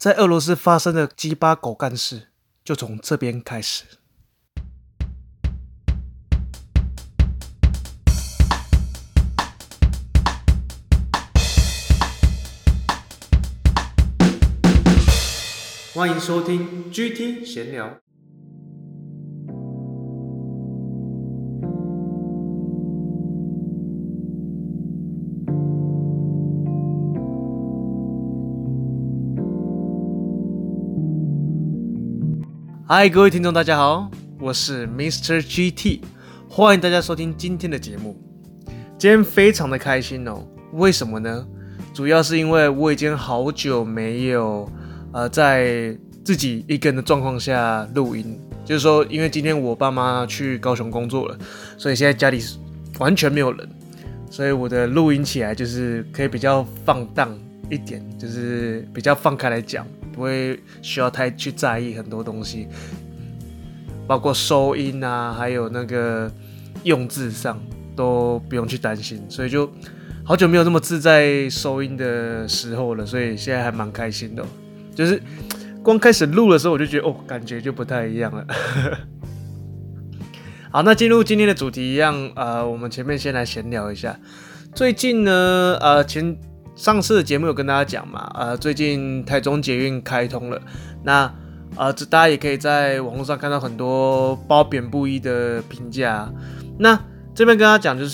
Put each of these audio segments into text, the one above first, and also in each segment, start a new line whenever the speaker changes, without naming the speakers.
在俄罗斯发生的鸡巴狗干事，就从这边开始。欢迎收听 GT 闲聊。嗨，各位听众，大家好，我是 Mr. GT， 欢迎大家收听今天的节目。今天非常的开心哦，为什么呢？主要是因为我已经好久没有在自己一个人的状况下录音，就是说，因为今天我爸妈去高雄工作了，所以现在家里完全没有人，所以我的录音起来就是可以比较放荡一点，就是比较放开来讲。不会需要太去在意很多东西，包括收音啊，还有那个用字上都不用去担心，所以就好久没有那么自在收音的时候了，所以现在还蛮开心的就是光开始录的时候，我就觉得感觉就不太一样了。好，那进入今天的主题一样，我们前面先来闲聊一下。最近呢，上次的节目有跟大家讲嘛，最近台中捷运开通了，那大家也可以在网络上看到很多褒贬不一的评价。那这边跟大家讲就是，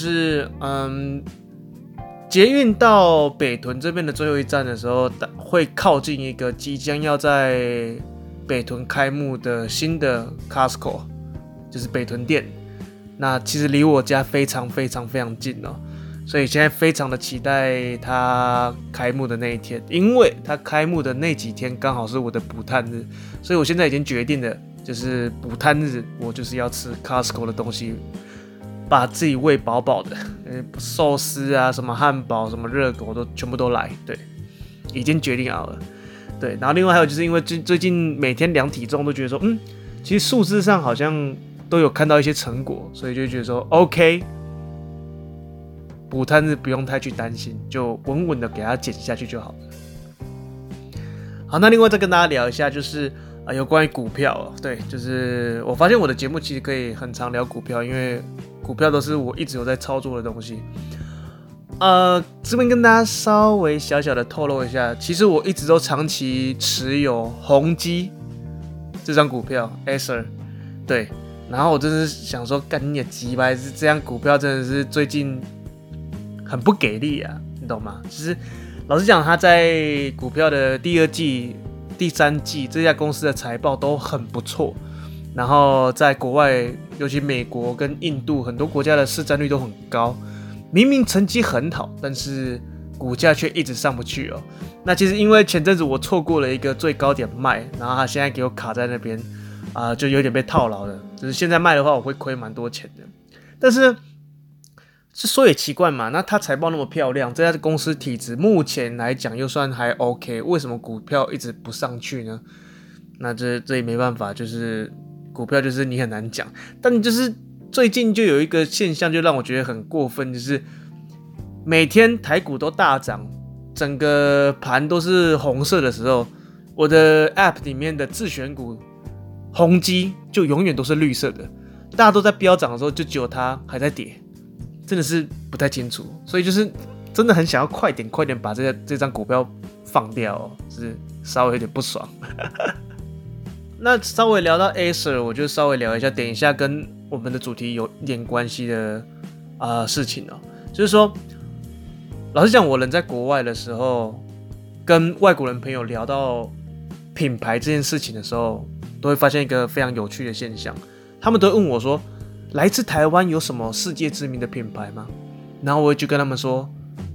捷运到北屯这边的最后一站的时候，会靠近一个即将要在北屯开幕的新的 Costco， 就是北屯店。那其实离我家非常非常非常近哦。所以现在非常的期待它开幕的那一天，因为它开幕的那几天刚好是我的补碳日，所以我现在已经决定了，就是补碳日我就是要吃 Costco 的东西，把自己喂饱饱的，寿司啊、什么汉堡、什么热狗都全部都来，对，已经决定好了，对。然后另外还有就是因为最近每天量体重都觉得说，其实数字上好像都有看到一些成果，所以就觉得说 OK。补碳日不用太去担心，就稳稳的给它减下去就好了。好，那另外再跟大家聊一下，就是有关于股票对，就是我发现我的节目其实可以很常聊股票，因为股票都是我一直有在操作的东西。这边跟大家稍微小小的透露一下，其实我一直都长期持有宏基这张股票 Acer， 对，然后我真是想说，干你也鸡掰，这张股票真的是最近很不给力啊，你懂吗？其实老实讲，他在股票的第二季、第三季这家公司的财报都很不错，然后在国外，尤其美国跟印度很多国家的市占率都很高，明明成绩很好，但是股价却一直上不去哦。那其实因为前阵子我错过了一个最高点卖，然后他现在给我卡在那边就有点被套牢了。就是现在卖的话，我会亏蛮多钱的，但是是说也奇怪嘛，那它财报那么漂亮，这家公司体质目前来讲又算还 OK， 为什么股票一直不上去呢？那这也没办法，就是股票就是你很难讲，但就是最近就有一个现象，就让我觉得很过分，就是每天台股都大涨，整个盘都是红色的时候，我的 App 里面的自选股宏基就永远都是绿色的，大家都在飙涨的时候，就只有它还在跌。真的是不太清楚，所以就是真的很想要快点把这张股票放掉是稍微有点不爽。那稍微聊到 Acer， 我就稍微聊一下，等一下跟我们的主题有一点关系的事情就是说，老实讲，我人在国外的时候，跟外国人朋友聊到品牌这件事情的时候，都会发现一个非常有趣的现象，他们都会问我说，来自台湾有什么世界知名的品牌吗？然后我就跟他们说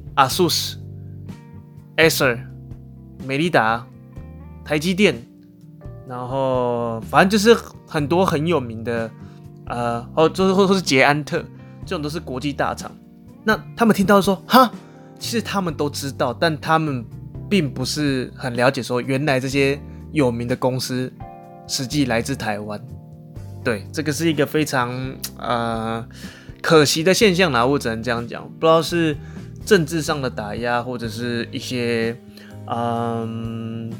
ASUS、Acer、美利达、台积电，然后反正就是很多很有名的，或是捷安特，这种都是国际大厂。那他们听到说，哈，其实他们都知道，但他们并不是很了解说，原来这些有名的公司实际来自台湾。对，这个是一个非常可惜的现象啦，我只能这样讲。不知道是政治上的打压，或者是一些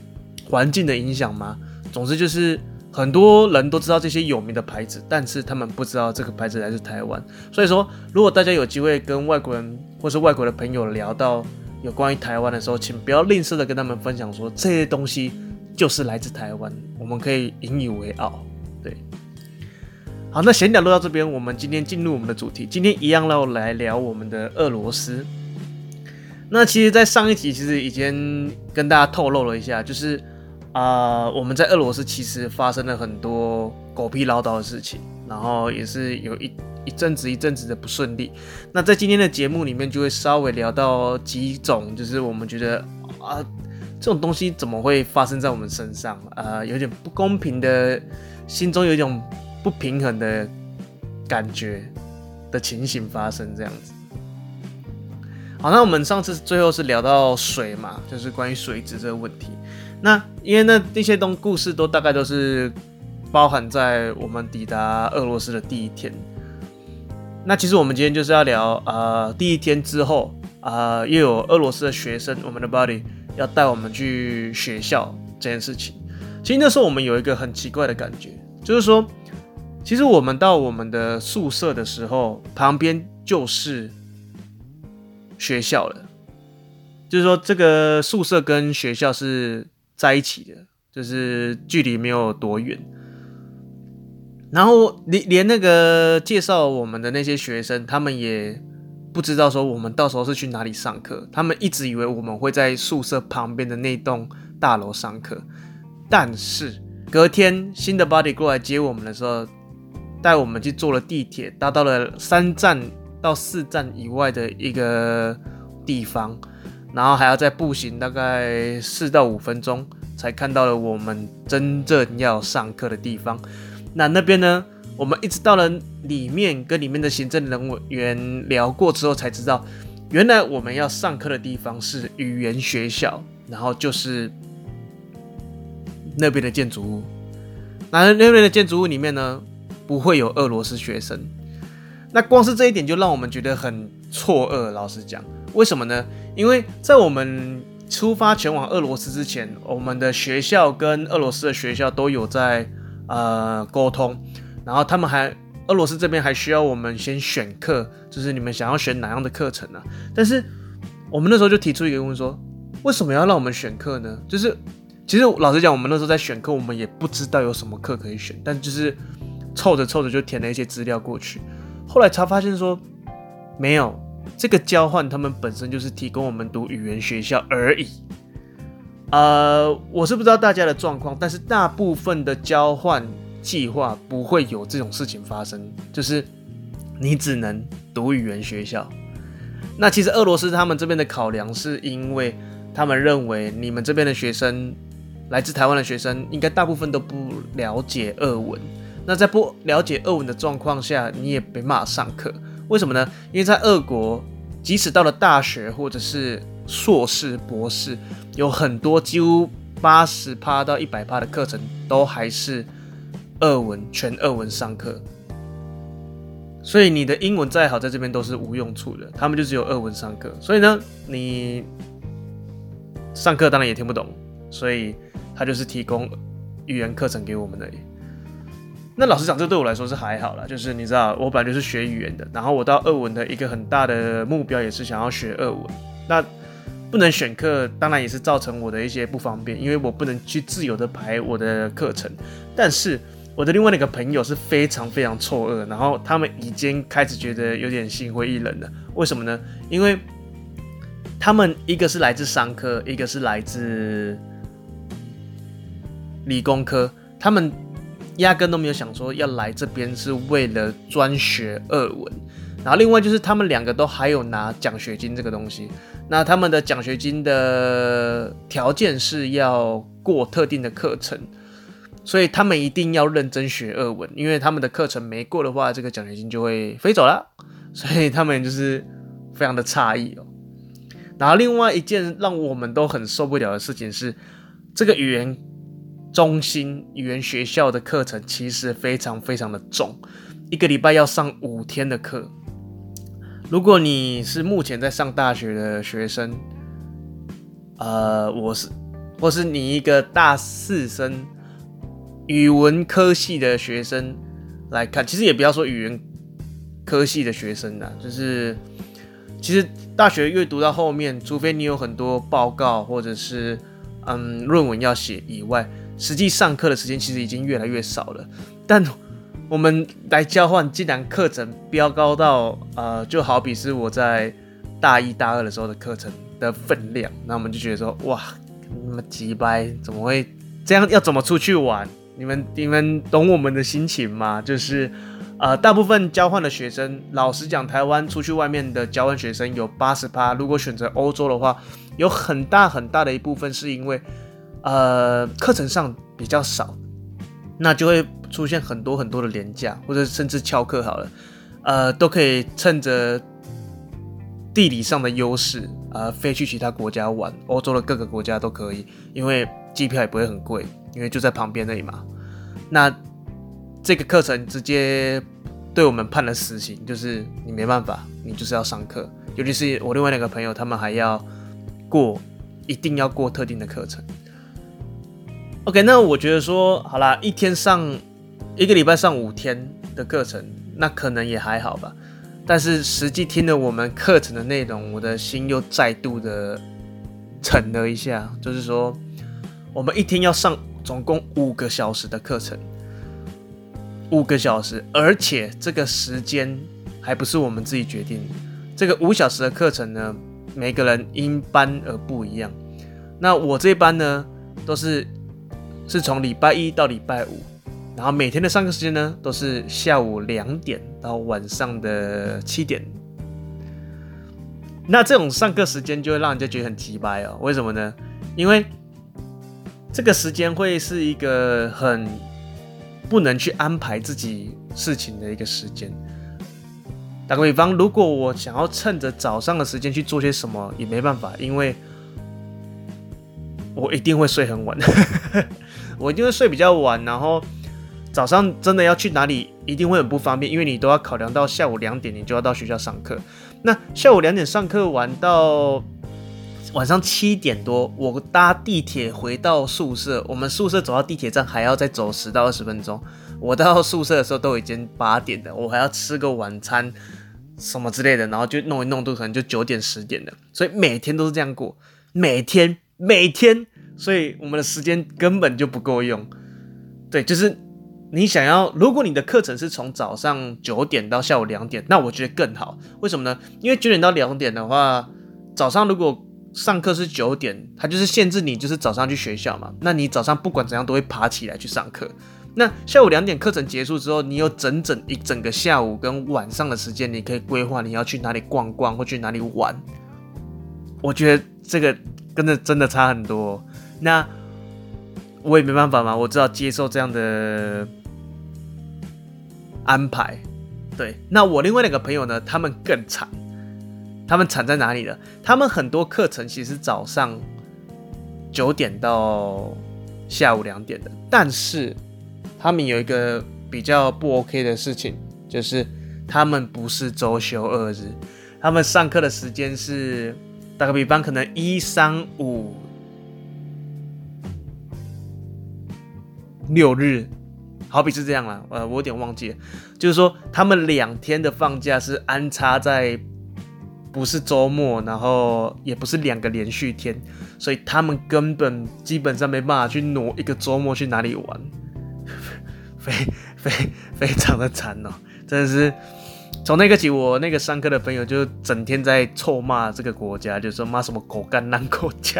环境的影响吗？总之就是很多人都知道这些有名的牌子，但是他们不知道这个牌子来自台湾。所以说，如果大家有机会跟外国人或是外国的朋友聊到有关于台湾的时候，请不要吝啬的跟他们分享说这些东西就是来自台湾，我们可以引以为傲。对，好，那闲聊录到这边，我们今天进入我们的主题。今天一样要来聊我们的俄罗斯。那其实，在上一集其实已经跟大家透露了一下，就是我们在俄罗斯其实发生了很多狗屁唠叨的事情，然后也是有一阵子的不顺利。那在今天的节目里面，就会稍微聊到几种，就是我们觉得这种东西怎么会发生在我们身上？有点不公平的，心中有一种不平衡的感觉的情形发生，这样子。好，那我们上次最后是聊到水嘛，就是关于水质这个问题。那因为那些故事大概都是包含在我们抵达俄罗斯的第一天。那其实我们今天就是要聊第一天之后又有俄罗斯的学生，我们的 buddy 要带我们去学校这件事情。其实那时候我们有一个很奇怪的感觉，就是说，其实我们到我们的宿舍的时候，旁边就是学校了，就是说这个宿舍跟学校是在一起的，就是距离没有多远。然后连那个介绍我们的那些学生，他们也不知道说我们到时候是去哪里上课，他们一直以为我们会在宿舍旁边的那栋大楼上课。但是隔天新的 buddy 过来接我们的时候，带我们去坐了地铁，搭到了3站到4站以外的一个地方，然后还要再步行大概4到5分钟才看到了我们真正要上课的地方。那边呢，我们一直到了里面，跟里面的行政人员聊过之后才知道，原来我们要上课的地方是语言学校，然后就是那边的建筑物。那边的建筑物里面呢，不会有俄罗斯学生。那光是这一点就让我们觉得很错愕，老实讲。为什么呢？因为在我们出发前往俄罗斯之前，我们的学校跟俄罗斯的学校都有在沟通，然后俄罗斯这边还需要我们先选课，就是你们想要选哪样的课程啊？但是我们那时候就提出一个问题说，为什么要让我们选课呢？就是其实老实讲，我们那时候在选课，我们也不知道有什么课可以选，但就是凑着就填了一些资料过去。后来才发现说，没有，这个交换他们本身就是提供我们读语言学校而已。我是不知道大家的状况，但是大部分的交换计划不会有这种事情发生，就是你只能读语言学校。那其实俄罗斯他们这边的考量是因为他们认为你们这边的学生，来自台湾的学生，应该大部分都不了解俄文。那在不了解俄文的状况下，你也没办法上课。为什么呢？因为在俄国，即使到了大学或者是硕士、博士，有很多几乎80%到100%的课程都还是俄文，全俄文上课。所以你的英文再好，在这边都是无用处的，他们就只有俄文上课。所以呢，你上课当然也听不懂，所以他就是提供语言课程给我们而已。那老实讲，这对我来说是还好啦，就是你知道，我本来就是学语言的，然后我到俄文的一个很大的目标也是想要学俄文。那不能选课，当然也是造成我的一些不方便，因为我不能去自由的排我的课程。但是我的另外一个朋友是非常非常错愕，然后他们已经开始觉得有点心灰意冷了。为什么呢？因为他们一个是来自商科，一个是来自理工科，他们压根都没有想说要来这边是为了专学俄文。然后另外就是他们两个都还有拿奖学金这个东西，那他们的奖学金的条件是要过特定的课程，所以他们一定要认真学俄文，因为他们的课程没过的话，这个奖学金就会飞走了，所以他们就是非常的诧异哦。然后另外一件让我们都很受不了的事情是，这个语言中心、语言学校的课程其实非常非常的重，一个礼拜要上5天的课。如果你是目前在上大学的学生， 或是你一个大四生语文科系的学生来看，其实也不要说语文科系的学生啦，就是其实大学阅读到后面，除非你有很多报告或者是论文要写以外，实际上课的时间其实已经越来越少了。但我们来交换，竟然课程飙高到就好比是我在大一大二的时候的课程的分量，那我们就觉得说，哇，那么鸡掰，怎么会这样？要怎么出去玩？你们懂我们的心情吗？就是大部分交换的学生，老实讲，台湾出去外面的交换学生有80%，如果选择欧洲的话，有很大很大的一部分是因为课程上比较少，那就会出现很多很多的连假，或者甚至翘课好了，都可以趁着地理上的优势，飞去其他国家玩，欧洲的各个国家都可以，因为机票也不会很贵，因为就在旁边那里嘛。那这个课程直接对我们判了死刑，就是你没办法，你就是要上课。尤其是我另外两个朋友，他们还要一定要过特定的课程。OK， 那我觉得说，好啦，一个礼拜上5天的课程，那可能也还好吧。但是实际听了我们课程的内容，我的心又再度的沉了一下。就是说，我们一天要上总共5个小时的课程，5个小时，而且这个时间还不是我们自己决定的。这个5小时的课程呢，每个人因班而不一样。那我这班呢，都是从礼拜一到礼拜五，然后每天的上课时间呢，都是下午2点到晚上的7点。那这种上课时间就会让人家觉得很鸡掰哦。为什么呢？因为这个时间会是一个很不能去安排自己事情的一个时间。打个比方，如果我想要趁着早上的时间去做些什么，也没办法，因为我一定会睡很晚，我一定会睡比较晚，然后早上真的要去哪里，一定会很不方便，因为你都要考量到下午2点你就要到学校上课。那下午2点上课完到晚上7点多，我搭地铁回到宿舍，我们宿舍走到地铁站还要再走10到20分钟。我到宿舍的时候都已经8点了，我还要吃个晚餐什么之类的，然后就弄一弄都可能就9点10点了。所以每天都是这样过，每天，所以我们的时间根本就不够用。对，就是你想要，如果你的课程是从早上9点到下午2点，那我觉得更好。为什么呢？因为9点到2点的话，早上如果上课是9点，它就是限制你就是早上去学校嘛，那你早上不管怎样都会爬起来去上课。那下午2点课程结束之后，你有整个下午跟晚上的时间，你可以规划你要去哪里逛逛或去哪里玩。我觉得这个真的差很多。那我也没办法嘛，我只好接受这样的安排。对，那我另外2个朋友呢，他们更惨。他们惨在哪里呢？他们很多课程其实早上9点到下午2点的，但是他们有一个比较不 OK 的事情，就是他们不是周休2日，他们上课的时间是打个比方，可能1、3、5、6日，好比是这样啦。我有点忘记了，就是说他们2天的放假是安插在不是周末，然后也不是2个连续天，所以他们根本基本上没办法去挪一个周末去哪里玩，非常的惨哦，真的是。从那个起，我那个上课的朋友就整天在臭骂这个国家，就说骂什么狗干烂国家，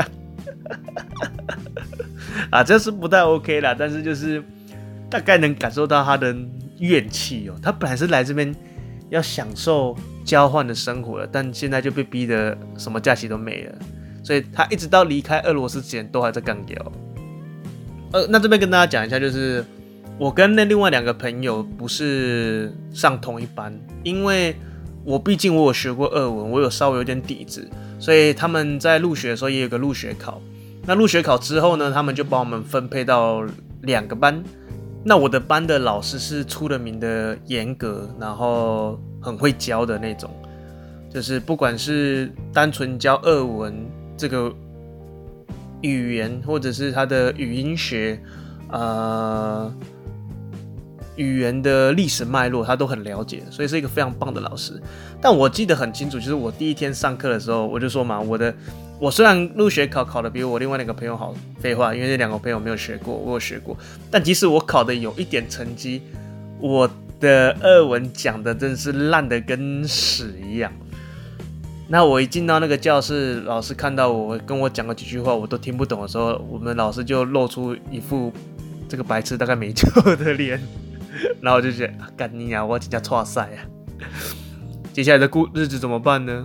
这是不太 OK 啦。但是就是大概能感受到他的怨气哦。他本来是来这边要享受交换的生活了，但现在就被逼得什么假期都没了，所以他一直到离开俄罗斯之前都还在干掉。那这边跟大家讲一下，就是我跟那另外2个朋友不是上同一班，因为毕竟我有学过俄文，我有稍微有点底子，所以他们在入学的时候也有个入学考。那入学考之后呢，他们就把我们分配到2个班。那我的班的老师是出了名的严格，然后很会教的那种，就是不管是单纯教俄文这个语言或者是他的语音学，语言的历史脉络，他都很了解，所以是一个非常棒的老师。但我记得很清楚，就是我第一天上课的时候，我就说嘛，我虽然入学考的比我另外那个朋友好，废话，因为那2个朋友没有学过，我有学过。但即使我考的有一点成绩，我的俄文讲的真是烂的跟屎一样。那我一进到那个教室，老师看到我跟我讲了几句话我都听不懂的时候，我们老师就露出一副这个白痴大概没救的脸，然后我就觉得干你啊，我真的挫赛啊！接下来的日子怎么办呢？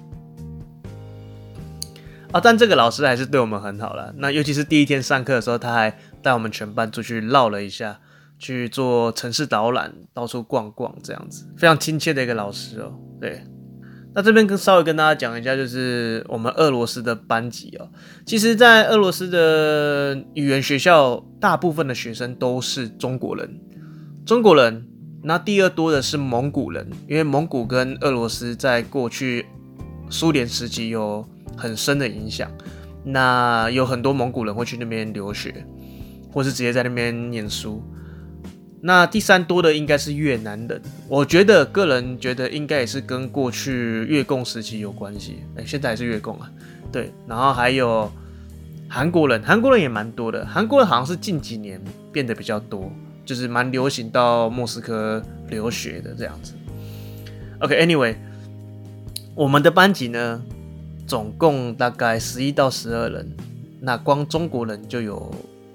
但这个老师还是对我们很好啦。那尤其是第一天上课的时候，他还带我们全班出去绕了一下，去做城市导览，到处逛逛这样子，非常亲切的一个老师哦。对。那这边稍微跟大家讲一下，就是我们俄罗斯的班级哦。其实，在俄罗斯的语言学校，大部分的学生都是中国人。那第二多的是蒙古人，因为蒙古跟俄罗斯在过去苏联时期有很深的影响。那有很多蒙古人会去那边留学，或是直接在那边念书。那第3多的应该是越南人，我个人觉得应该也是跟过去越共时期有关系，现在还是越共啊，对，然后还有韩国人也蛮多的，韩国人好像是近几年变得比较多，就是蛮流行到莫斯科留学的这样子。OK，anyway， 我们的班级呢，总共大概11到12人，那光中国人就有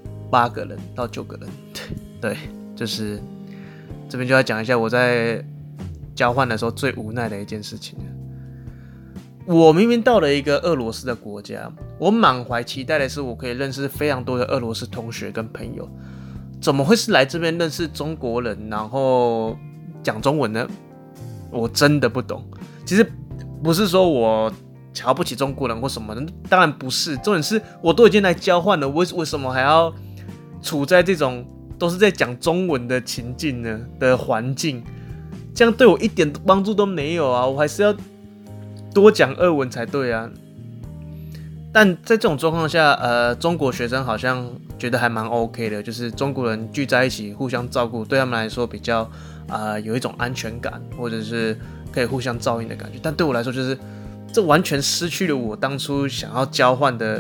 8个人到9个人，对。就是这边就要讲一下我在交换的时候最无奈的一件事情了。我明明到了一个俄罗斯的国家，我满怀期待的是我可以认识非常多的俄罗斯同学跟朋友，怎么会是来这边认识中国人，然后讲中文呢？我真的不懂。其实不是说我瞧不起中国人或什么的，当然不是。重点是我都已经来交换了，为什么还要处在这种都是在讲中文的情境呢的环境，这样对我一点帮助都没有啊！我还是要多讲俄文才对啊。但在这种状况下，中国学生好像觉得还蛮 OK 的，就是中国人聚在一起互相照顾，对他们来说比较有一种安全感，或者是可以互相照应的感觉。但对我来说，就是这完全失去了我当初想要交换的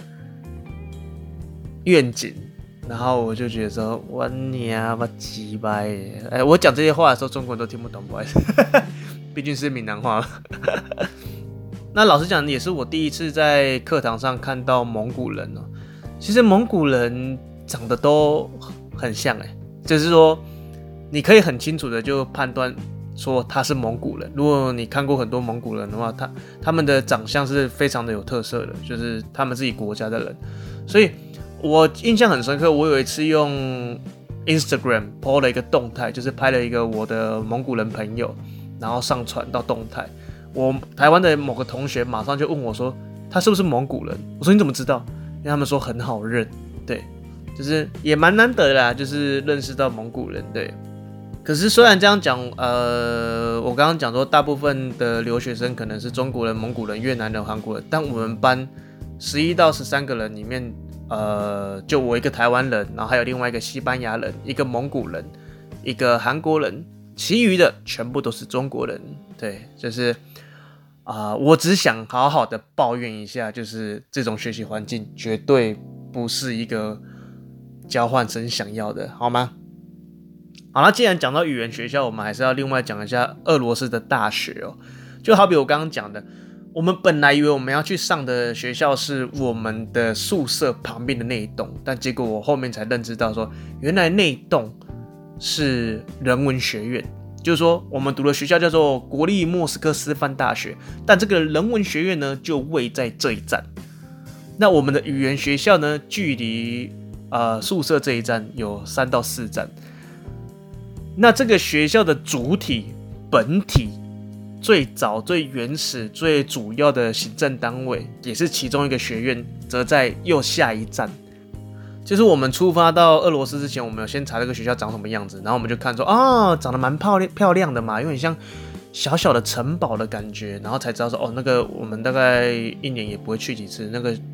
愿景。然后我就觉得说，我娘妈鸡掰！我讲这些话的时候，中国人都听不懂，不好意思，毕竟是闽南话。那老实讲，也是我第一次在课堂上看到蒙古人哦。其实蒙古人长得都很像，就是说你可以很清楚的就判断说他是蒙古人。如果你看过很多蒙古人的话，他们的长相是非常的有特色的，就是他们自己国家的人，所以。我印象很深刻，我有一次用 Instagram po 了一个动态，就是拍了一个我的蒙古人朋友，然后上传到动态。我台湾的某个同学马上就问我说，他是不是蒙古人？我说你怎么知道？因为他们说很好认，对，就是也蛮难得的啦，就是认识到蒙古人，对。可是虽然这样讲，我刚刚讲说大部分的留学生可能是中国人、蒙古人、越南人、韩国人，但我们班11到13个人里面。就我一个台湾人，然后还有另外一个西班牙人，一个蒙古人，一个韩国人，其余的全部都是中国人。对，就是我只想好好的抱怨一下，就是这种学习环境绝对不是一个交换生想要的，好吗？好，那既然讲到语言学校，我们还是要另外讲一下俄罗斯的大学哦。就好比我刚刚讲的。我们本来以为我们要去上的学校是我们的宿舍旁边的那一栋，但结果我后面才认知到说，原来那一栋是人文学院，就是说我们读的学校叫做国立莫斯科师范大学，但这个人文学院呢就位在这一站。那我们的语言学校呢，距离宿舍这一站有3到4站。那这个学校的主体本体。最早、最原始、最主要的行政单位，也是其中一个学院，则在右下一站。就是我们出发到俄罗斯之前，我们有先查这个学校长什么样子，然后我们就看说，长得蛮漂亮的嘛，有点像小小的城堡的感觉，然后才知道说，那个我们大概1年也不会去几次，那个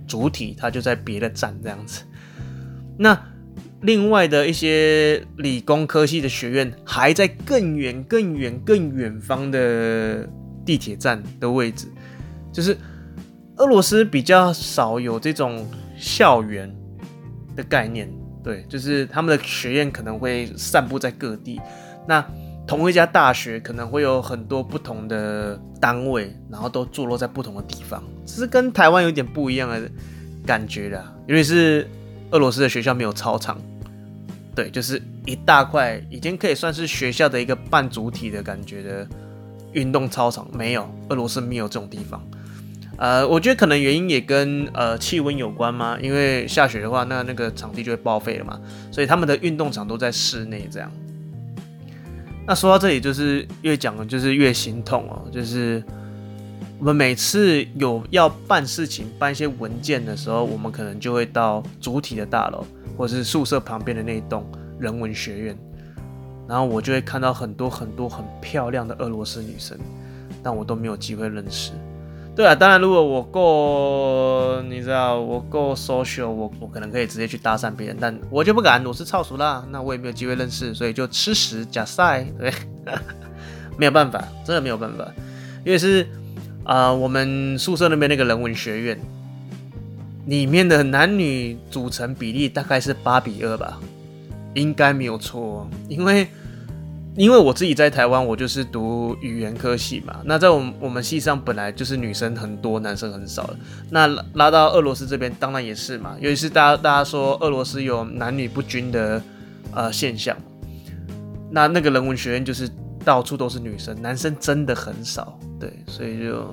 主体它就在别的站这样子。那另外的一些理工科系的学院还在更远方的地铁站的位置，就是俄罗斯比较少有这种校园的概念，对，就是他们的学院可能会散布在各地，那同一家大学可能会有很多不同的单位，然后都坐落在不同的地方，这是跟台湾有点不一样的感觉啦，尤其是俄罗斯的学校没有操场，对，就是一大块，已经可以算是学校的一个半主体的感觉的运动操场，没有，俄罗斯没有这种地方。我觉得可能原因也跟气温有关嘛，因为下雪的话，那个场地就会报废了嘛，所以他们的运动场都在室内这样。那说到这里，就是越讲就是越心痛哦，就是我们每次有要办事情、办一些文件的时候，我们可能就会到主体的大楼，或是宿舍旁边的那一栋人文学院，然后我就会看到很多很漂亮的俄罗斯女生，但我都没有机会认识。对啊，当然如果我够，你知道我够 social， 我可能可以直接去搭讪别人，但我就不敢，我是超熟啦，那我也没有机会认识，所以就吃屎假赛，对，没有办法，真的没有办法，因为是我们宿舍那边那个人文学院里面的男女组成比例大概是8:2吧，应该没有错，因为我自己在台湾，我就是读语言科系嘛。那在我们系上本来就是女生很多，男生很少的。那拉到俄罗斯这边，当然也是嘛。尤其是大家说俄罗斯有男女不均的现象，那个人文学院就是到处都是女生，男生真的很少。对，所以就是，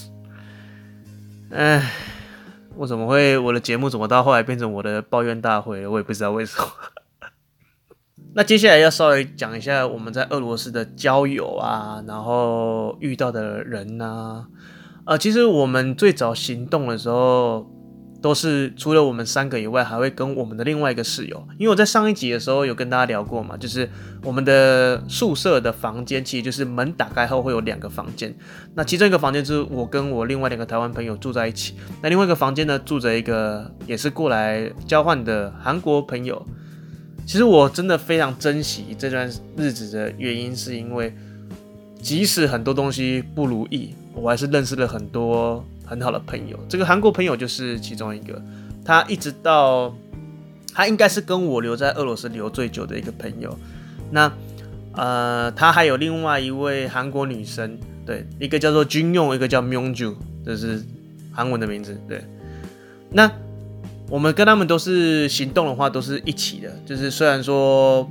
我的节目怎么到后来变成我的抱怨大会了？我也不知道为什么。那接下来要稍微讲一下我们在俄罗斯的交友啊，然后遇到的人啊，其实我们最早行动的时候，都是除了我们3个以外，还会跟我们的另外一个室友，因为我在上一集的时候有跟大家聊过嘛，就是我们的宿舍的房间其实就是门打开后会有2个房间，那其中一个房间就是我跟我另外2个台湾朋友住在一起，那另外一个房间呢住着一个也是过来交换的韩国朋友。其实我真的非常珍惜这段日子的原因，是因为即使很多东西不如意，我还是认识了很多很好的朋友。这个韩国朋友就是其中一个，他一直到他应该是跟我留在俄罗斯留最久的一个朋友。那他还有另外一位韩国女生，对，一个叫做君用，一个叫Myungju，这是韩文的名字，对。那我们跟他们都是行动的话，都是一起的。就是虽然说，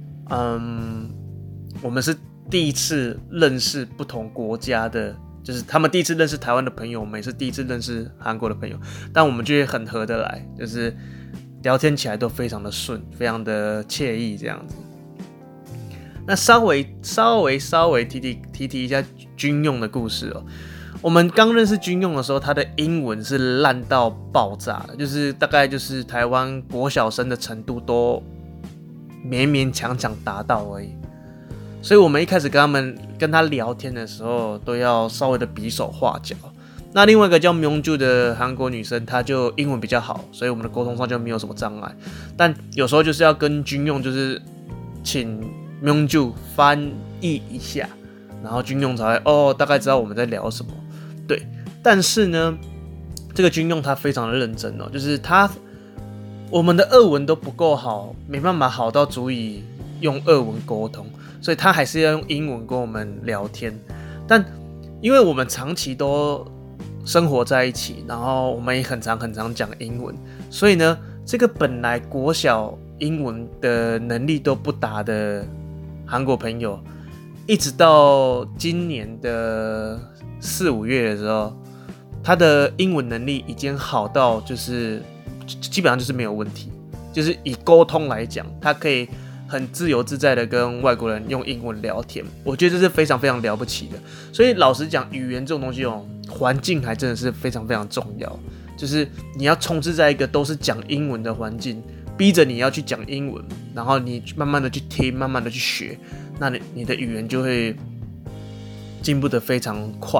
我们是第一次认识不同国家的，就是他们第一次认识台湾的朋友，我们也是第一次认识韩国的朋友，但我们就会很合得来，就是聊天起来都非常的顺，非常的惬意这样子。那稍微提一下军用的故事哦。我们刚认识军用的时候，他的英文是烂到爆炸的，就是大概就是台湾国小生的程度都勉勉强强达到而已。所以我们一开始跟他聊天的时候，都要稍微的比手画脚。那另外一个叫Myungju的韩国女生，她就英文比较好，所以我们的沟通上就没有什么障碍。但有时候就是要跟军用，就是请Myungju翻译一下，然后军用才会大概知道我们在聊什么。对，但是呢，这个军用他非常的认真哦，就是我们的俄文都不够好，没办法好到足以用俄文沟通，所以他还是要用英文跟我们聊天。但因为我们长期都生活在一起，然后我们也很常讲英文，所以呢，这个本来国小英文的能力都不达的韩国朋友，一直到今年的4、5月的时候，他的英文能力已经好到就是基本上就是没有问题，就是以沟通来讲，他可以很自由自在的跟外国人用英文聊天，我觉得这是非常非常了不起的。所以老实讲，语言这种东西环境还真的是非常非常重要，就是你要充斥在一个都是讲英文的环境，逼着你要去讲英文，然后你慢慢的去听，慢慢的去学，那你的语言就会进步得非常快。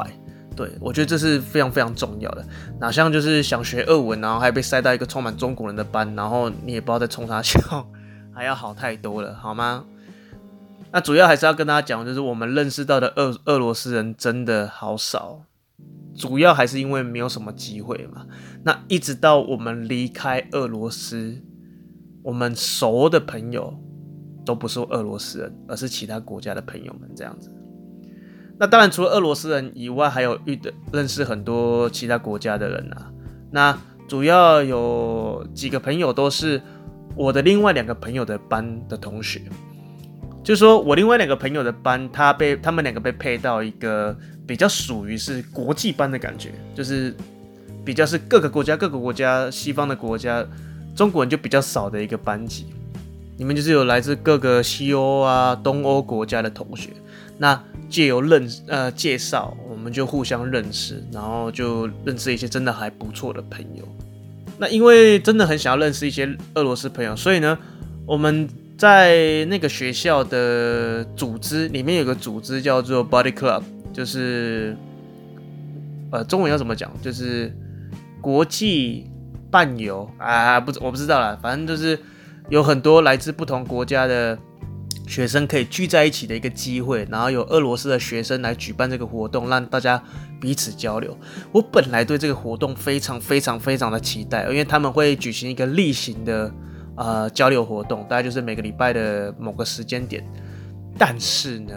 对，我觉得这是非常非常重要的。哪像就是想学俄文，然后还被塞到一个充满中国人的班，然后你也不知道在冲啥笑，还要好太多了，好吗？那主要还是要跟大家讲，就是我们认识到的俄罗斯人真的好少，主要还是因为没有什么机会嘛。那一直到我们离开俄罗斯，我们熟的朋友都不是俄罗斯人，而是其他国家的朋友们这样子。那当然，除了俄罗斯人以外，还有认识很多其他国家的人啊。那主要有几个朋友都是我的另外2个朋友的班的同学，就是说我另外2个朋友的班，他们2个被配到一个比较属于是国际班的感觉，就是比较是各个国家西方的国家，中国人就比较少的一个班级。里面就是有来自各个西欧啊、东欧国家的同学。那借由介绍，我们就互相认识，然后就认识一些真的还不错的朋友。那因为真的很想要认识一些俄罗斯朋友，所以呢，我们在那个学校的组织里面有个组织叫做 Body Club， 就是中文要怎么讲，就是国际伴游啊，我不知道啦，反正就是有很多来自不同国家的学生可以聚在一起的一个机会，然后有俄罗斯的学生来举办这个活动，让大家彼此交流。我本来对这个活动非常非常非常的期待，因为他们会举行一个例行的交流活动，大概就是每个礼拜的某个时间点。但是呢，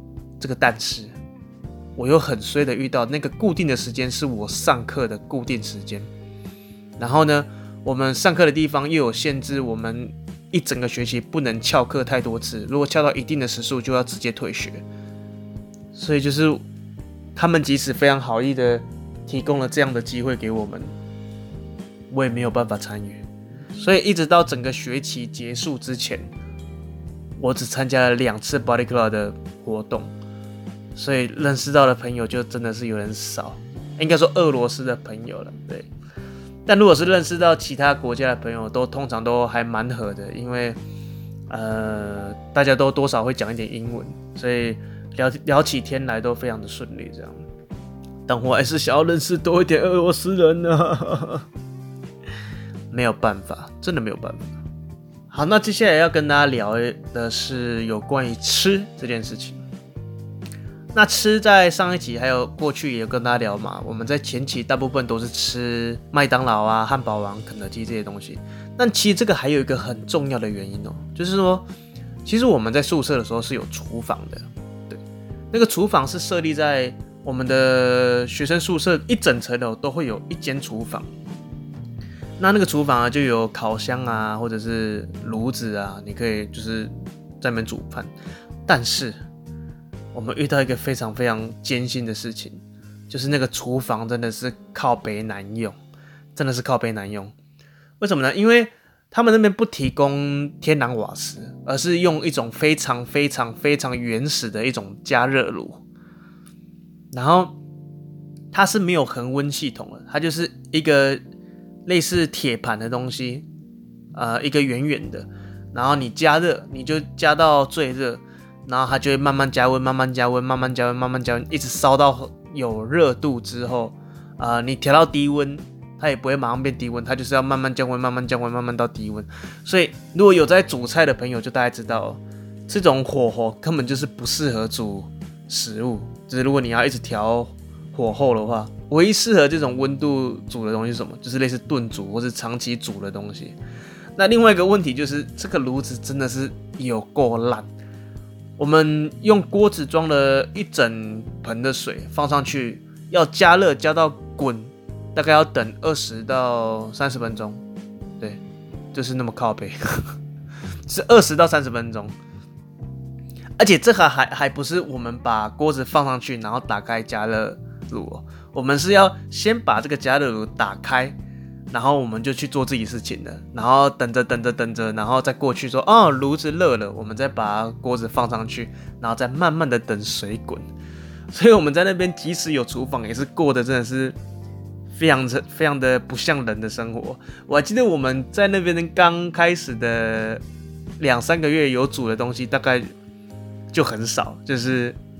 我又很衰的遇到那个固定的时间是我上课的固定时间，然后呢，我们上课的地方又有限制，我们一整个学期不能翘课太多次，如果翘到一定的时数就要直接退学。所以就是他们即使非常好意的提供了这样的机会给我们，我也没有办法参与。所以一直到整个学期结束之前，我只参加了2次 Body Club 的活动，所以认识到的朋友就真的是有点少，应该说俄罗斯的朋友了，对。但如果是认识到其他国家的朋友，通常都还蛮合的，因为大家都多少会讲一点英文，所以聊起天来都非常的顺利这样。但我还是想要认识多一点俄罗斯人呢，没有办法，真的没有办法。好，那接下来要跟大家聊的是有关于吃这件事情。那吃在上一集还有过去也有跟大家聊嘛，我们在前期大部分都是吃麦当劳啊、汉堡王、肯德基这些东西。但其实这个还有一个很重要的原因哦，就是说，其实我们在宿舍的时候是有厨房的，对，那个厨房是设立在我们的学生宿舍一整层楼都会有一间厨房。那个厨房啊，就有烤箱啊，或者是炉子啊，你可以就是在那边煮饭。但是我们遇到一个非常非常艰辛的事情，就是那个厨房真的是靠北难用，真的是靠北难用。为什么呢？因为他们那边不提供天然瓦斯，而是用一种非常非常非常原始的一种加热炉，然后它是没有恒温系统的，它就是一个类似铁盘的东西，一个圆圆的，然后你加热，你就加到最热。然后它就会慢慢加温，慢慢加温，慢慢加温，慢慢加温，一直烧到有热度之后，你调到低温，它也不会马上变低温，它就是要慢慢降温，慢慢降温，慢慢到低温。所以如果有在煮菜的朋友就大概知道，这种火候根本就是不适合煮食物。就是如果你要一直调火候的话，唯一适合这种温度煮的东西是什么？就是类似炖煮或是长期煮的东西。那另外一个问题就是这个炉子真的是有够烂。我们用锅子装了一整盆的水放上去，要加热加到滚，大概要等20到30分钟。对，就是那么靠北，是20到30分钟。而且这还不是我们把锅子放上去，然后打开加热炉哦，我们是要先把这个加热炉打开，然后我们就去做自己事情了，然后等着，然后再过去说哦，炉子热了，我们再把锅子放上去，然后再慢慢的等水滚。所以我们在那边即使有厨房，也是过得真的是非常的不像人的生活。我还记得我们在那边刚开始的2-3个月有煮的东西，大概就很少，就是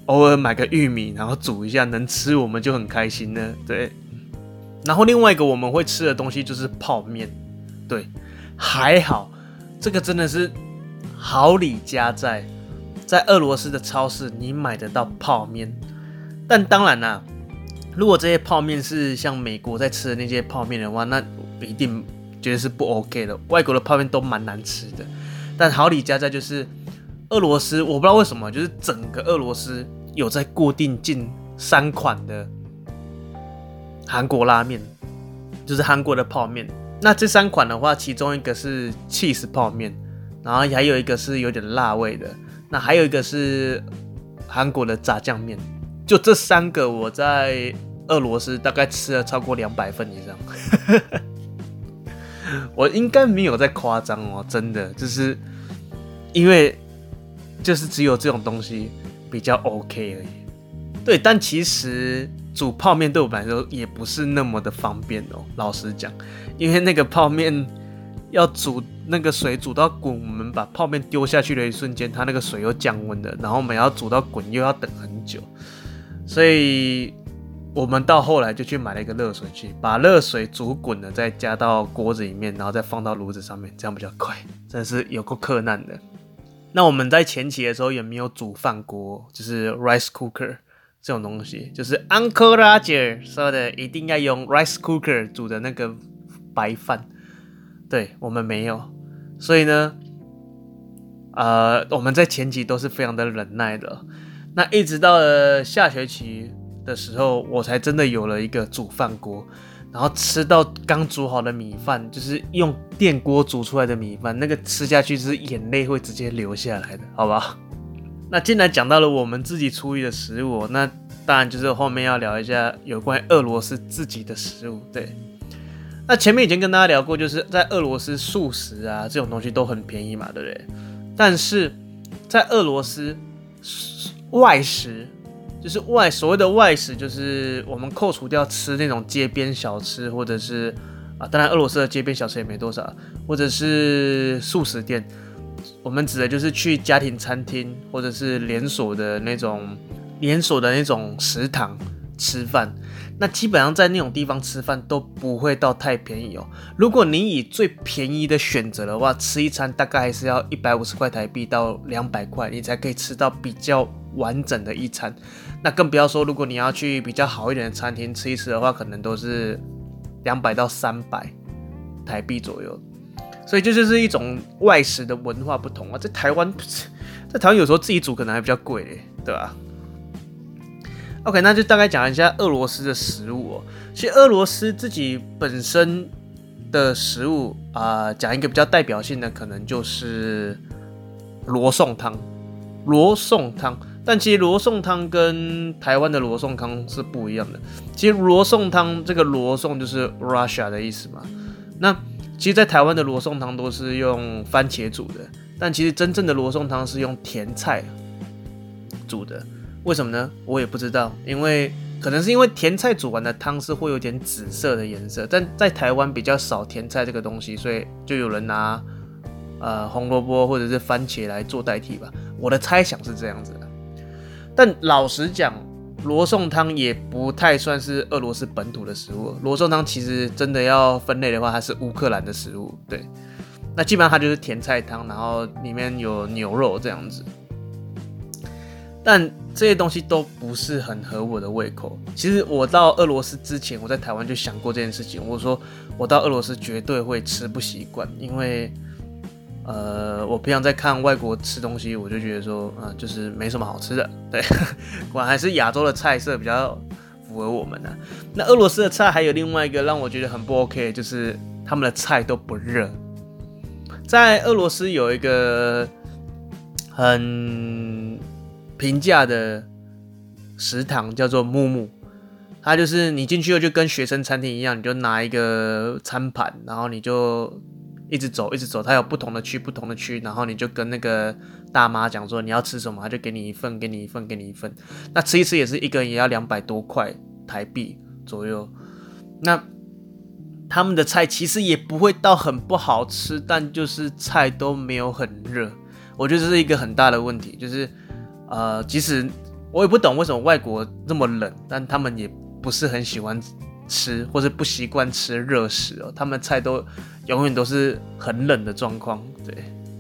偶尔买个玉米，然后煮一下能吃，我们就很开心了。对，然后另外一个我们会吃的东西就是泡面。对，还好，这个真的是好礼加在，在俄罗斯的超市你买得到泡面。但当然啦，如果这些泡面是像美国在吃的那些泡面的话，那一定觉得是不 OK 的。外国的泡面都蛮难吃的。但好礼加在就是俄罗斯，我不知道为什么，就是整个俄罗斯有在固定进3款的韩国拉面，就是韩国的泡面。那这3款的话，其中一个是 cheese 泡面，然后还有一个是有点辣味的，那还有一个是韩国的炸酱面。就这3个，我在俄罗斯大概吃了超过200份以上。我应该没有在夸张哦，真的，就是因为就是只有这种东西比较 OK 而已。对，但其实煮泡面对我们来说也不是那么的方便哦，老实讲，因为那个泡面要煮那个水煮到滚，我们把泡面丢下去的一瞬间，它那个水又降温了，然后我们要煮到滚又要等很久，所以我们到后来就去买了一个热水器，把热水煮滚了，再加到锅子里面，然后再放到炉子上面，这样比较快。真的是有够克难的。那我们在前期的时候也没有煮饭锅，就是 rice cooker 这种东西，就是 Uncle Roger 说的一定要用 rice cooker 煮的那个白饭。对，我们没有，所以呢，我们在前期都是非常的忍耐的。那一直到了下学期的时候，我才真的有了一个煮饭锅，然后吃到刚煮好的米饭，就是用电锅煮出来的米饭，那个吃下去就是眼泪会直接流下来的，好吧？那既然讲到了我们自己厨艺的食物，那当然就是后面要聊一下有关于俄罗斯自己的食物。对，那前面已经跟大家聊过，就是在俄罗斯素食啊这种东西都很便宜嘛，对不对？但是在俄罗斯外食，就是所谓的外食，就是我们扣除掉吃那种街边小吃，或者是当然俄罗斯的街边小吃也没多少，或者是素食店，我们指的就是去家庭餐厅或者是连锁的那种食堂吃饭。那基本上在那种地方吃饭都不会到太便宜哦。如果你以最便宜的选择的话，吃一餐大概还是要150块台币到200块，你才可以吃到比较完整的一餐。那更不要说，如果你要去比较好一点的餐厅吃一吃的话，可能都是200到300台币左右。所以这就是一种外食的文化不同啊。在台湾有时候自己煮可能还比较贵，对吧？OK， 那就大概讲一下俄罗斯的食物哦。其实俄罗斯自己本身的食物讲一个比较代表性的，可能就是罗宋汤。但其实罗宋汤跟台湾的罗宋汤是不一样的。其实罗宋汤这个罗宋就是 Russia 的意思嘛。那其实，在台湾的罗宋汤都是用番茄煮的，但其实真正的罗宋汤是用甜菜煮的。为什么呢？我也不知道，可能是因为甜菜煮完的汤是会有点紫色的颜色，但在台湾比较少甜菜这个东西，所以就有人拿红萝卜或者是番茄来做代替吧。我的猜想是这样子的。但老实讲，罗宋汤也不太算是俄罗斯本土的食物。罗宋汤其实真的要分类的话，它是乌克兰的食物。对，那基本上它就是甜菜汤，然后里面有牛肉这样子。但这些东西都不是很合我的胃口。其实我到俄罗斯之前，我在台湾就想过这件事情。我说我到俄罗斯绝对会吃不习惯，因为我平常在看外国吃东西，我就觉得说就是没什么好吃的。对，果然还是亚洲的菜色比较符合我们的。那俄罗斯的菜还有另外一个让我觉得很不 OK， 就是他们的菜都不热。在俄罗斯有一个很平价的食堂叫做木木，它就是你进去后就跟学生餐厅一样，你就拿一个餐盘，然后你就一直走，它有不同的区，然后你就跟那个大妈讲说你要吃什么，他就给你一份。那吃一吃也是一个人也要200多块台币左右。那他们的菜其实也不会到很不好吃，但就是菜都没有很热。我觉得这是一个很大的问题，就是即使我也不懂为什么外国这么冷，但他们也不是很喜欢吃，或是不习惯吃热食哦。他们菜都永远都是很冷的状况，对，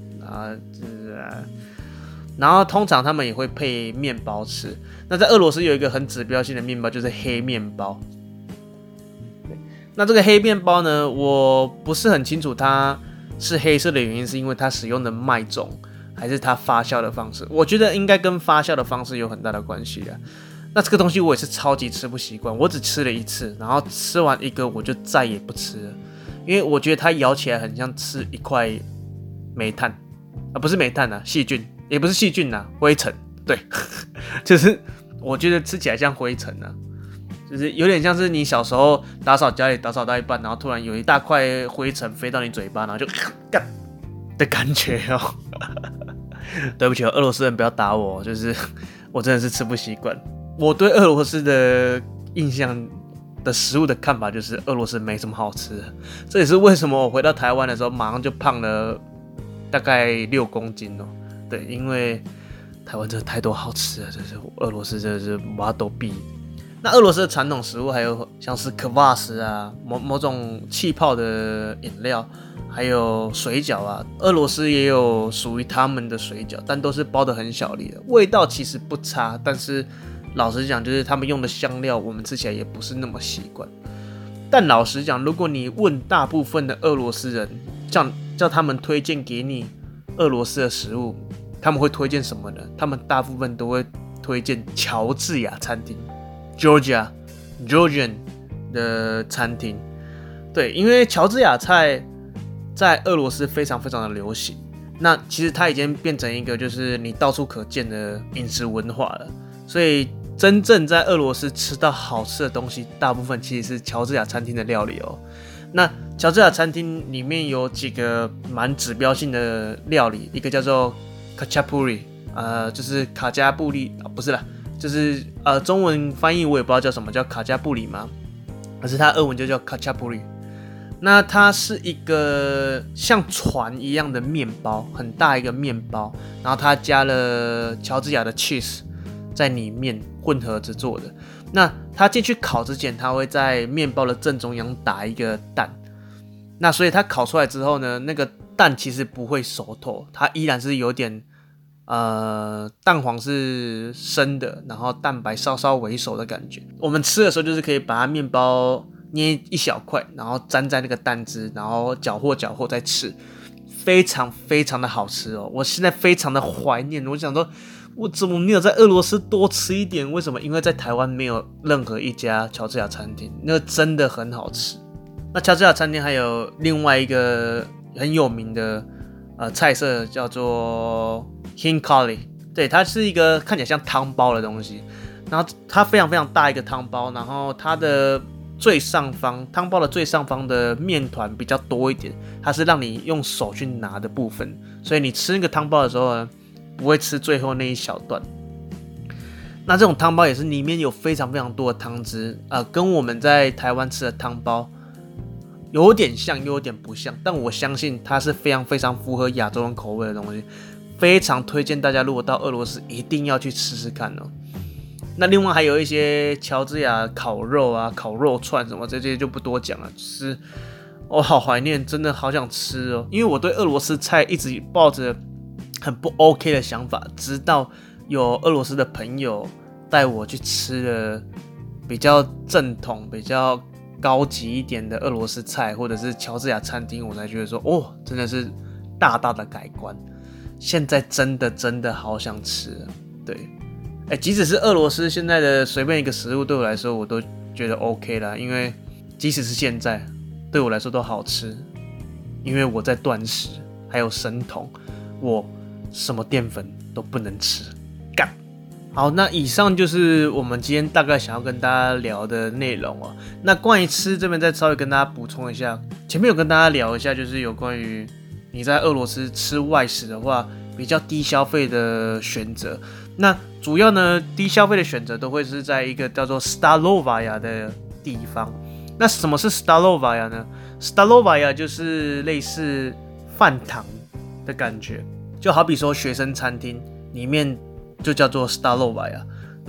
然后通常他们也会配面包吃。那在俄罗斯有一个很指标性的面包，就是黑面包。那这个黑面包呢，我不是很清楚它是黑色的原因，是因为它使用的麦种，还是它发酵的方式？我觉得应该跟发酵的方式有很大的关系的。那这个东西我也是超级吃不习惯，我只吃了一次，然后吃完一个我就再也不吃了，因为我觉得它咬起来很像吃一块煤炭不是煤炭啊，细菌，也不是细菌啊，灰尘，对，就是我觉得吃起来像灰尘啊。就是有点像是你小时候打扫家里打扫到一半，然后突然有一大块灰尘飞到你嘴巴，然后就干的感觉哦。对不起，俄罗斯人不要打我，就是我真的是吃不习惯。我对俄罗斯的印象的食物的看法就是俄罗斯没什么好吃的，这也是为什么我回到台湾的时候马上就胖了大概6公斤哦。对，因为台湾真的太多好吃了，就是俄罗斯真的是挖都比。那俄罗斯的传统食物还有像是可瓦斯啊，某种气泡的饮料，还有水饺啊。俄罗斯也有属于他们的水饺，但都是包得很小粒的，味道其实不差，但是老实讲，就是他们用的香料，我们吃起来也不是那么习惯。但老实讲，如果你问大部分的俄罗斯人，叫他们推荐给你俄罗斯的食物，他们会推荐什么呢？他们大部分都会推荐乔治亚餐厅。Georgian 的餐厅，对，因为乔治亚菜在俄罗斯非常非常的流行，那其实它已经变成一个就是你到处可见的饮食文化了，所以真正在俄罗斯吃到好吃的东西，大部分其实是乔治亚餐厅的料理哦。那乔治亚餐厅里面有几个蛮指标性的料理，一个叫做卡恰布里，就是卡加布利不是啦。就是中文翻译我也不知道叫什么，叫卡加布里吗？可是它俄文就叫卡恰布里。那它是一个像船一样的面包，很大一个面包，然后它加了乔治亚的 cheese 在里面混合着做的。那它进去烤之前，它会在面包的正中央打一个蛋。那所以它烤出来之后呢，那个蛋其实不会熟透，它依然是有点。蛋黄是生的，然后蛋白稍稍微熟的感觉。我们吃的时候就是可以把它面包捏一小块，然后沾在那个蛋汁，然后搅和再吃，非常非常的好吃哦。我现在非常的怀念，我想说，我怎么没有在俄罗斯多吃一点？为什么？因为在台湾没有任何一家乔治亚餐厅，那个真的很好吃。那乔治亚餐厅还有另外一个很有名的菜色叫做Hinkali， 对，它是一个看起来像汤包的东西，然后它非常非常大一个汤包，然后它的最上方汤包的最上方的面团比较多一点，它是让你用手去拿的部分，所以你吃那个汤包的时候呢，不会吃最后那一小段。那这种汤包也是里面有非常非常多的汤汁，跟我们在台湾吃的汤包有点像又有点不像，但我相信它是非常非常符合亚洲人口味的东西。非常推荐大家，如果到俄罗斯一定要去吃吃看哦。那另外还有一些乔治亚烤肉啊、烤肉串什么这些就不多讲了，就是我好怀念，真的好想吃哦。因为我对俄罗斯菜一直抱着很不 OK 的想法，直到有俄罗斯的朋友带我去吃了比较正统、比较高级一点的俄罗斯菜，或者是乔治亚餐厅，我才觉得说，哦，真的是大大的改观。现在真的好想吃，对，即使是俄罗斯现在的随便一个食物，对我来说我都觉得 OK 啦，因为即使是现在，对我来说都好吃，因为我在断食，还有生酮，我什么淀粉都不能吃，干。好，那以上就是我们今天大概想要跟大家聊的内容哦。那关于吃这边再稍微跟大家补充一下，前面有跟大家聊一下，就是有关于你在俄罗斯吃外食的话，比较低消费的选择。那主要呢，低消费的选择都会是在一个叫做 Stalovaya 的地方。那什么是 Stalovaya 呢？ Stalovaya 就是类似饭堂的感觉，就好比说学生餐厅里面就叫做 Stalovaya。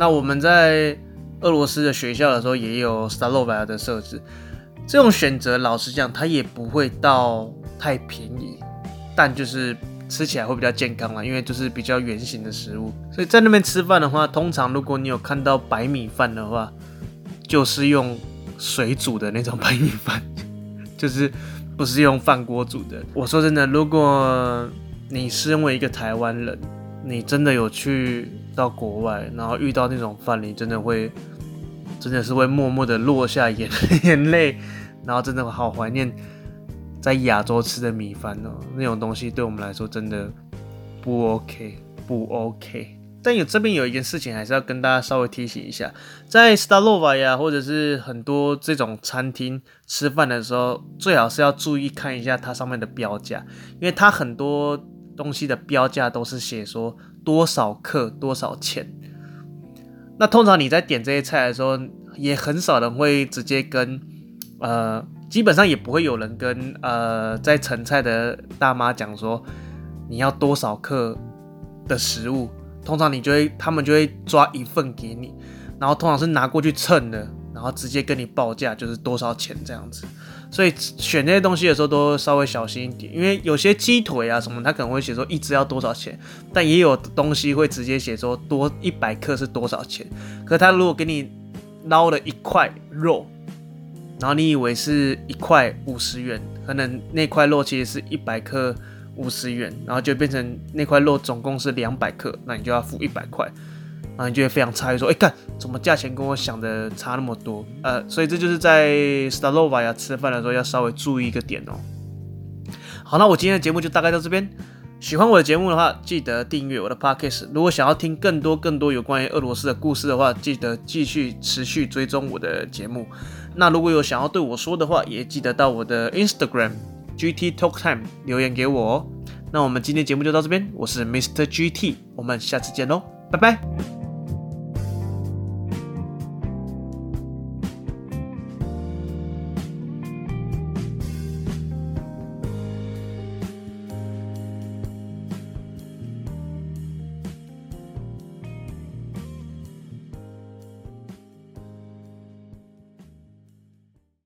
那我们在俄罗斯的学校的时候也有 Stalovaia 的设置，这种选择老实讲它也不会到太便宜，但就是吃起来会比较健康啦，因为就是比较圆形的食物，所以在那边吃饭的话，通常如果你有看到白米饭的话，就是用水煮的那种白米饭，就是不是用饭锅煮的。我说真的，如果你身为一个台湾人，你真的有去到国外，然后遇到那种饭，你真的是会默默的落下眼泪，然后真的好怀念在亚洲吃的米饭哦，那种东西对我们来说真的不 OK。但这边有一件事情还是要跟大家稍微提醒一下，在 Stalovaia 或者是很多这种餐厅吃饭的时候，最好是要注意看一下它上面的标价，因为它很多东西的标价都是写说多少克多少钱。那通常你在点这些菜的时候，也很少人会直接跟基本上也不会有人跟在盛菜的大妈讲说你要多少克的食物，通常他们就会抓一份给你，然后通常是拿过去称的，然后直接跟你报价就是多少钱这样子。所以选这些东西的时候都稍微小心一点，因为有些鸡腿啊什么，它可能会写说一只要多少钱，但也有东西会直接写说多100克是多少钱。可是他如果给你捞了一块肉，然后你以为是1块50元，可能那块肉其实是100克50元，然后就变成那块肉总共是200克，那你就要付100块，然后你就会非常诧异说，干怎么价钱跟我想的差那么多？所以这就是在 Stalovaia 吃饭的时候要稍微注意一个点哦。好，那我今天的节目就大概到这边。喜欢我的节目的话，记得订阅我的 Podcast。如果想要听更多有关于俄罗斯的故事的话，记得持续追踪我的节目。那如果有想要对我说的话，也记得到我的 Instagram GT Talk Time 留言给我哦。那我们今天节目就到这边，我是 Mr. GT， 我们下次见喽，拜拜。